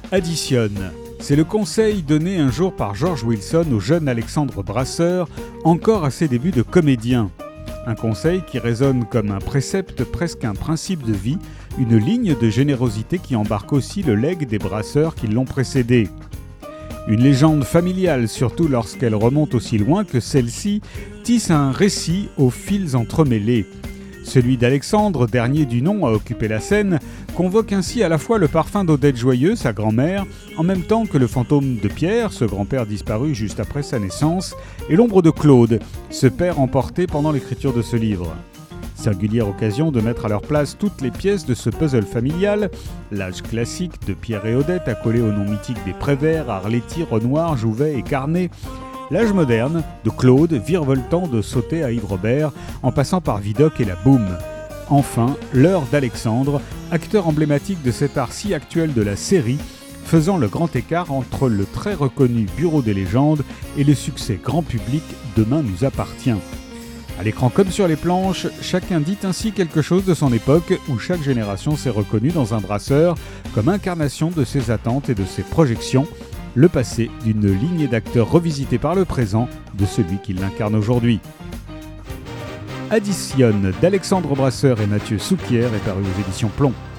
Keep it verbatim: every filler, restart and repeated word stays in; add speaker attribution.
Speaker 1: Additionne. C'est le conseil donné un jour par George Wilson au jeune Alexandre Brasseur, encore à ses débuts de comédien. Un conseil qui résonne comme un précepte, presque un principe de vie, une ligne de générosité qui embarque aussi le legs des Brasseurs qui l'ont précédé. Une légende familiale, surtout lorsqu'elle remonte aussi loin que celle-ci tisse un récit aux fils entremêlés. Celui d'Alexandre, dernier du nom à occuper la scène, convoque ainsi à la fois le parfum d'Odette Joyeux, sa grand-mère, en même temps que le fantôme de Pierre, ce grand-père disparu juste après sa naissance, et l'ombre de Claude, ce père emporté pendant l'écriture de ce livre. Singulière occasion de mettre à leur place toutes les pièces de ce puzzle familial, l'âge classique de Pierre et Odette accolé au nom mythique des Prévert, Arletty, Renoir, Jouvet et Carnet, l'âge moderne de Claude virevoltant de Sautet à Yves Robert en passant par Vidocq et la Boum. Enfin, l'heure d'Alexandre, acteur emblématique de cet art si actuel de la série, faisant le grand écart entre le très reconnu Bureau des légendes et le succès grand public Demain nous appartient. À l'écran comme sur les planches, chacun dit ainsi quelque chose de son époque où chaque génération s'est reconnue dans un Brasseur comme incarnation de ses attentes et de ses projections, le passé d'une lignée d'acteurs revisités par le présent de celui qui l'incarne aujourd'hui. Additionne d'Alexandre Brasseur et Mathieu Souquier est paru aux éditions Plomb.